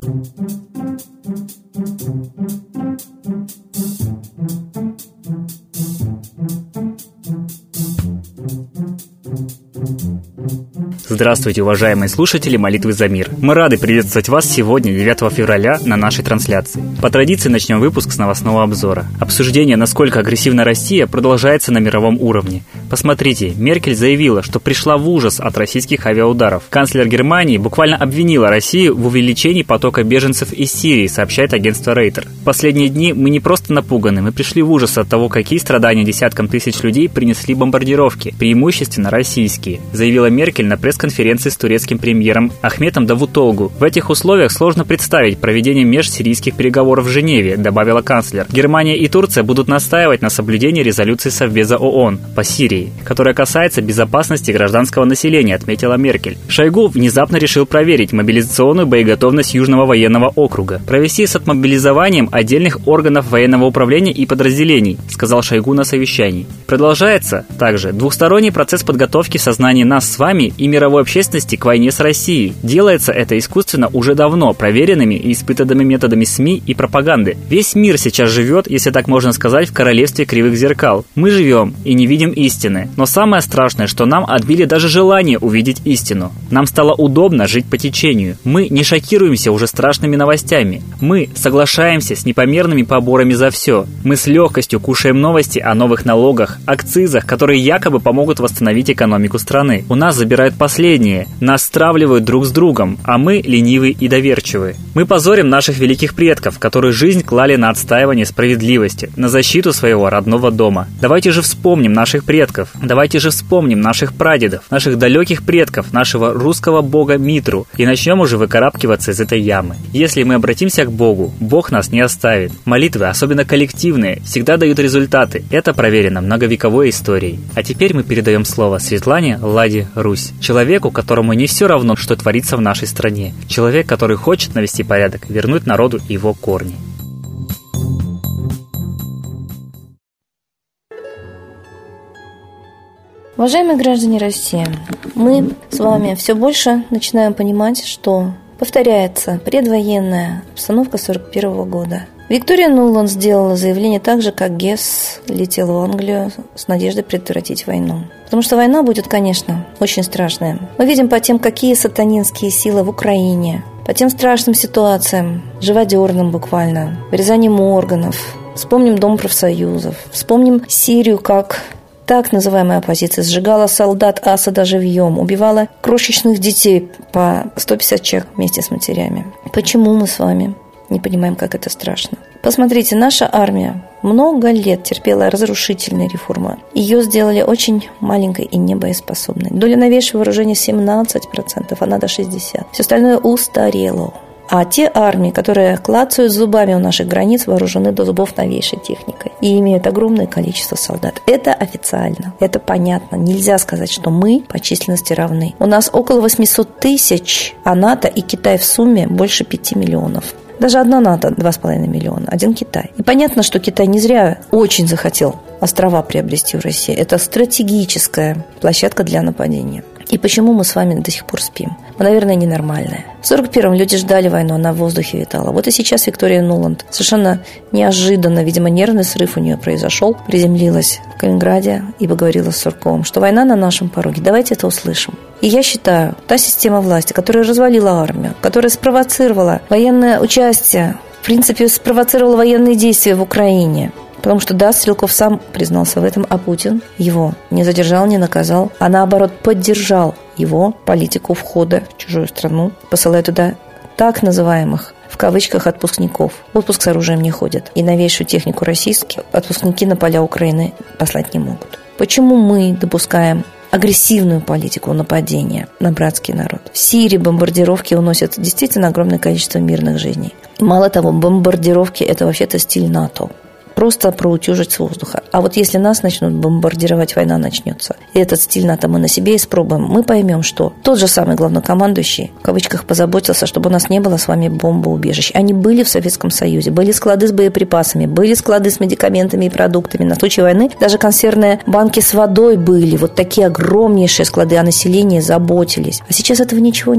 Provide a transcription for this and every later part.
Здравствуйте, уважаемые слушатели «Молитвы за мир». Мы рады приветствовать вас сегодня, 9 февраля, на нашей трансляции. По традиции начнем выпуск с новостного обзора. Обсуждение, насколько агрессивна Россия, продолжается на мировом уровне. Посмотрите, Меркель заявила, что пришла в ужас от российских авиаударов. Канцлер Германии буквально обвинила Россию в увеличении потока беженцев из Сирии, сообщает агентство Рейтер. В последние дни мы не просто напуганы, мы пришли в ужас от того, какие страдания десяткам тысяч людей принесли бомбардировки, преимущественно российские, заявила Меркель на пресс-конференции с турецким премьером Ахметом Давутоглу. В этих условиях сложно представить проведение межсирийских переговоров в Женеве, добавила канцлер. Германия и Турция будут настаивать на соблюдении резолюции Совбеза ООН по Сирии, которая касается безопасности гражданского населения, отметила Меркель. Шойгу внезапно решил проверить мобилизационную боеготовность Южного военного округа, провести с отмобилизованием отдельных органов военного управления и подразделений, сказал Шойгу на совещании. Продолжается также двухсторонний процесс подготовки в сознании нас с вами и мировой общественности к войне с Россией. Делается это искусственно уже давно, проверенными и испытанными методами СМИ и пропаганды. Весь мир сейчас живет, если так можно сказать, в королевстве кривых зеркал. Мы живем и не видим истины. Но самое страшное, что нам отбили даже желание увидеть истину. Нам стало удобно жить по течению. Мы не шокируемся уже страшными новостями. Мы соглашаемся с непомерными поборами за все. Мы с легкостью кушаем новости о новых налогах, акцизах, которые якобы помогут восстановить экономику страны. У нас забирают последнее, нас стравливают друг с другом, а мы ленивые и доверчивые. Мы позорим наших великих предков, которые жизнь клали на отстаивание справедливости, на защиту своего родного дома. Давайте же вспомним наших предков, давайте же вспомним наших прадедов, наших далеких предков, нашего русского бога Митру и начнем уже выкарабкиваться из этой ямы. Если мы обратимся к Богу, Бог нас не оставит. Молитвы, особенно коллективные, всегда дают результаты. Это проверено многовековой историей. А теперь мы передаем слово Светлане Ладе Русь. Человеку, которому не все равно, что творится в нашей стране. Человек, который хочет навести порядок, вернуть народу его корни. Уважаемые граждане России, мы с вами все больше начинаем понимать, что повторяется предвоенная обстановка 1941 года. Виктория Нуланд сделала заявление так же, как Гесс летел в Англию с надеждой предотвратить войну. Потому что война будет, конечно, очень страшная. Мы видим по тем, какие сатанинские силы в Украине, по тем страшным ситуациям, живодерным буквально, вырезанием органов. Вспомним Дом профсоюзов, вспомним Сирию, как так называемая оппозиция сжигала солдат Асада живьем, убивала крошечных детей по 150 человек вместе с матерями. Почему мы с вами не понимаем, как это страшно? Посмотрите, наша армия много лет терпела разрушительные реформы. Ее сделали очень маленькой и небоеспособной. Доля новейшего вооружения 17%, а надо 60%. Все остальное устарело. А те армии, которые клацают зубами у наших границ, вооружены до зубов новейшей техникой и имеют огромное количество солдат. Это официально, это понятно. Нельзя сказать, что мы по численности равны. У нас около 800 тысяч, а НАТО и Китай в сумме больше 5 миллионов. Даже одна НАТО 2,5 миллиона, один Китай. И понятно, что Китай не зря очень захотел острова приобрести в России. Это стратегическая площадка для нападения. И почему мы с вами до сих пор спим? Мы, наверное, ненормальные. В 1941-м люди ждали войну, она в воздухе витала. Вот и сейчас Виктория Нуланд совершенно неожиданно, видимо, нервный срыв у нее произошел, приземлилась в Калининграде и поговорила с Сурковым, что война на нашем пороге. Давайте это услышим. И я считаю, та система власти, которая развалила армию, которая спровоцировала военное участие, в принципе, спровоцировала военные действия в Украине. Потому что, да, Стрелков сам признался в этом, а Путин его не задержал, не наказал, а наоборот поддержал его политику входа в чужую страну, посылая туда так называемых, в кавычках, отпускников. В отпуск с оружием не ходят. И новейшую технику российские отпускники на поля Украины послать не могут. Почему мы допускаем агрессивную политику нападения на братский народ? В Сирии бомбардировки уносят действительно огромное количество мирных жизней. И мало того, бомбардировки – это вообще-то стиль НАТО. Просто проутюжить с воздуха. А вот если нас начнут бомбардировать, война начнется. И этот стиль НАТО мы на себе испробуем. Мы поймем, что тот же самый главнокомандующий, в кавычках, позаботился, чтобы у нас не было с вами бомбоубежищ. Они были в Советском Союзе. Были склады с боеприпасами, были склады с медикаментами и продуктами. На случай войны даже консервные банки с водой были. Вот такие огромнейшие склады, о населении заботились. А сейчас этого ничего нет.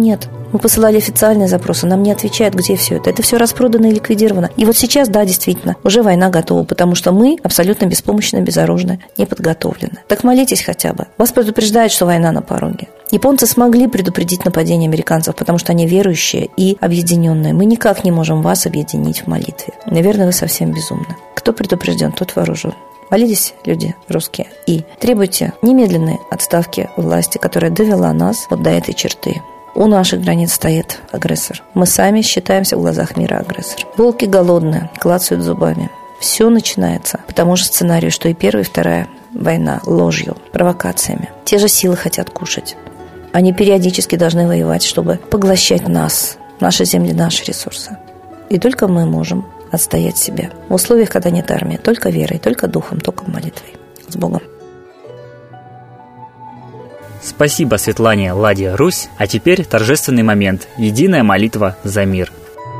Мы посылали официальные запросы, нам не отвечают, где все это. Это все распродано и ликвидировано. И вот сейчас, да, действительно, уже война готова, потому что мы абсолютно беспомощны, безоружны, не подготовлены. Так молитесь хотя бы. Вас предупреждают, что война на пороге. Японцы смогли предупредить нападение американцев, потому что они верующие и объединенные. Мы никак не можем вас объединить в молитве. Наверное, вы совсем безумны. Кто предупрежден, тот вооружен. Молитесь, люди русские, и требуйте немедленной отставки власти, которая довела нас вот до этой черты. У наших границ стоит агрессор. Мы сами считаемся в глазах мира агрессор. Волки голодные, клацают зубами. Все начинается по тому же сценарию, что и первая, и вторая война, ложью, провокациями. Те же силы хотят кушать. Они периодически должны воевать, чтобы поглощать нас, наши земли, наши ресурсы. И только мы можем отстоять себя. В условиях, когда нет армии, только верой, только духом, только молитвой. С Богом. Спасибо Светлане Ладья Русь. А теперь торжественный момент. Единая молитва за мир.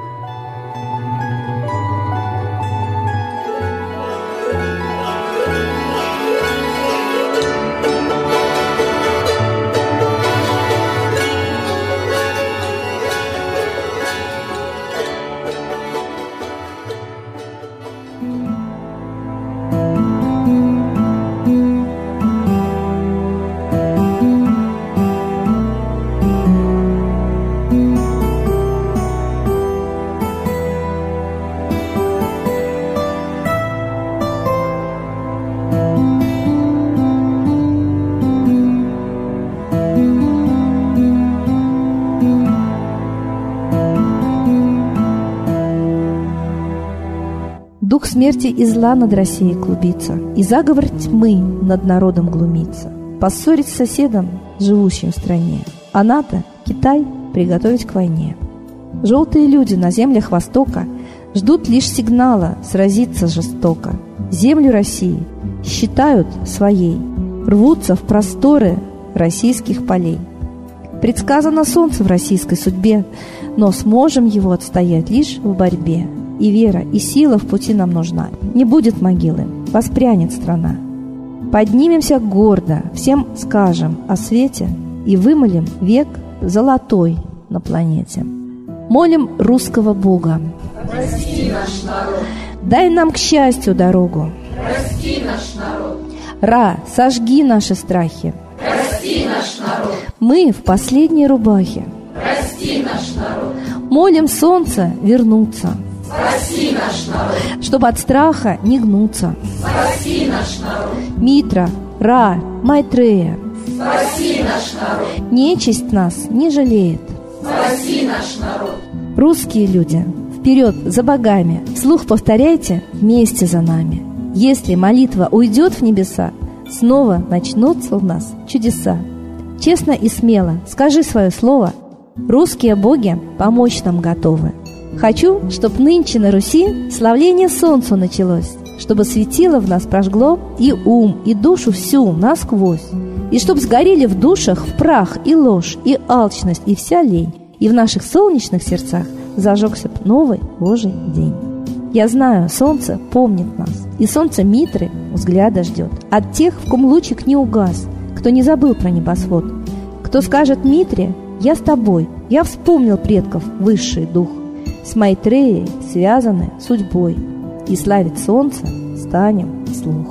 Дух смерти и зла над Россией клубится, и заговор тьмы над народом глумится. Поссорить с соседом, живущим в стране, а НАТО, Китай, приготовить к войне. Желтые люди на землях Востока ждут лишь сигнала сразиться жестоко. Землю России считают своей, рвутся в просторы российских полей. Предсказано солнце в российской судьбе, но сможем его отстоять лишь в борьбе. И вера, и сила в пути нам нужна. Не будет могилы, воспрянет страна. Поднимемся гордо, всем скажем о свете и вымолим век золотой на планете. Молим русского Бога. Прости наш народ. Дай нам к счастью дорогу. Прости наш народ. Ра, сожги наши страхи. Прости наш народ. Мы в последней рубахе. Прости наш народ. Молим солнце вернуться. Спаси наш народ. Чтобы от страха не гнуться. Спаси наш народ. Митра, Ра, Майтрея. Спаси наш народ. Нечисть нас не жалеет. Спаси наш народ. Русские люди, вперед за богами. Вслух повторяйте вместе за нами. Если молитва уйдет в небеса, снова начнутся у нас чудеса. Честно и смело скажи свое слово. Русские боги помочь нам готовы. Хочу, чтоб нынче на Руси славление солнцу началось, чтобы светило в нас прожгло и ум, и душу всю насквозь, и чтоб сгорели в душах в прах и ложь, и алчность, и вся лень, и в наших солнечных сердцах зажегся новый Божий день. Я знаю, солнце помнит нас, и солнце Митры взгляда ждет от тех, в ком лучик не угас, кто не забыл про небосвод, кто скажет Митре: «Я с тобой, я вспомнил предков высший дух». С Майтреей связаны судьбой, и славить солнце станем вслух.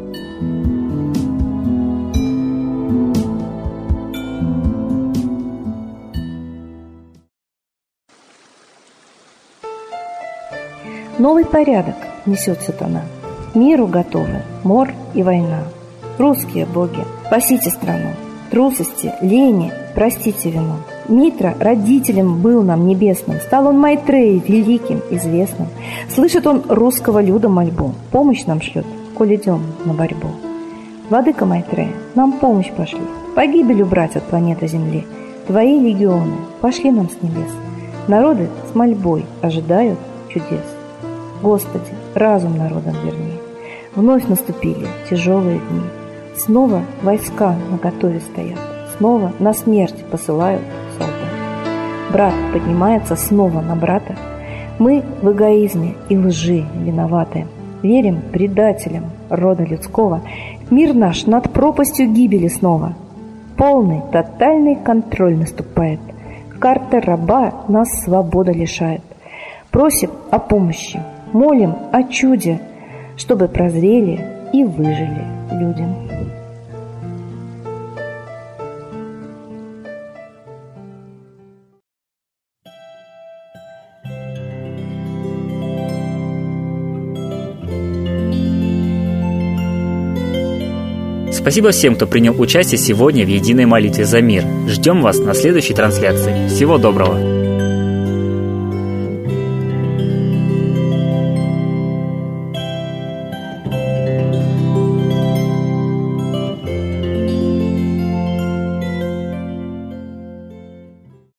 Новый порядок несет сатана. Миру готовы мор и война. Русские боги, спасите страну. Трусости, лени, простите вину. Митра родителем был нам небесным, стал он Майтреей великим, известным. Слышит он русского люда мольбу, помощь нам шлет, коль идем на борьбу. Владыка Майтрея, нам помощь пошли, погибель убрать от планеты Земли. Твои легионы пошли нам с небес. Народы с мольбой ожидают чудес. Господи, разум народам верни. Вновь наступили тяжелые дни. Снова войска наготове стоят. Снова на смерть посылают солдат. Брат поднимается снова на брата. Мы в эгоизме и лжи виноваты. Верим предателям рода людского. Мир наш над пропастью гибели снова. Полный, тотальный контроль наступает. Карта раба нас свободы лишает. Просим о помощи, молим о чуде, чтобы прозрели и выжили люди. Спасибо всем, кто принял участие сегодня в единой молитве за мир. Ждем вас на следующей трансляции. Всего доброго!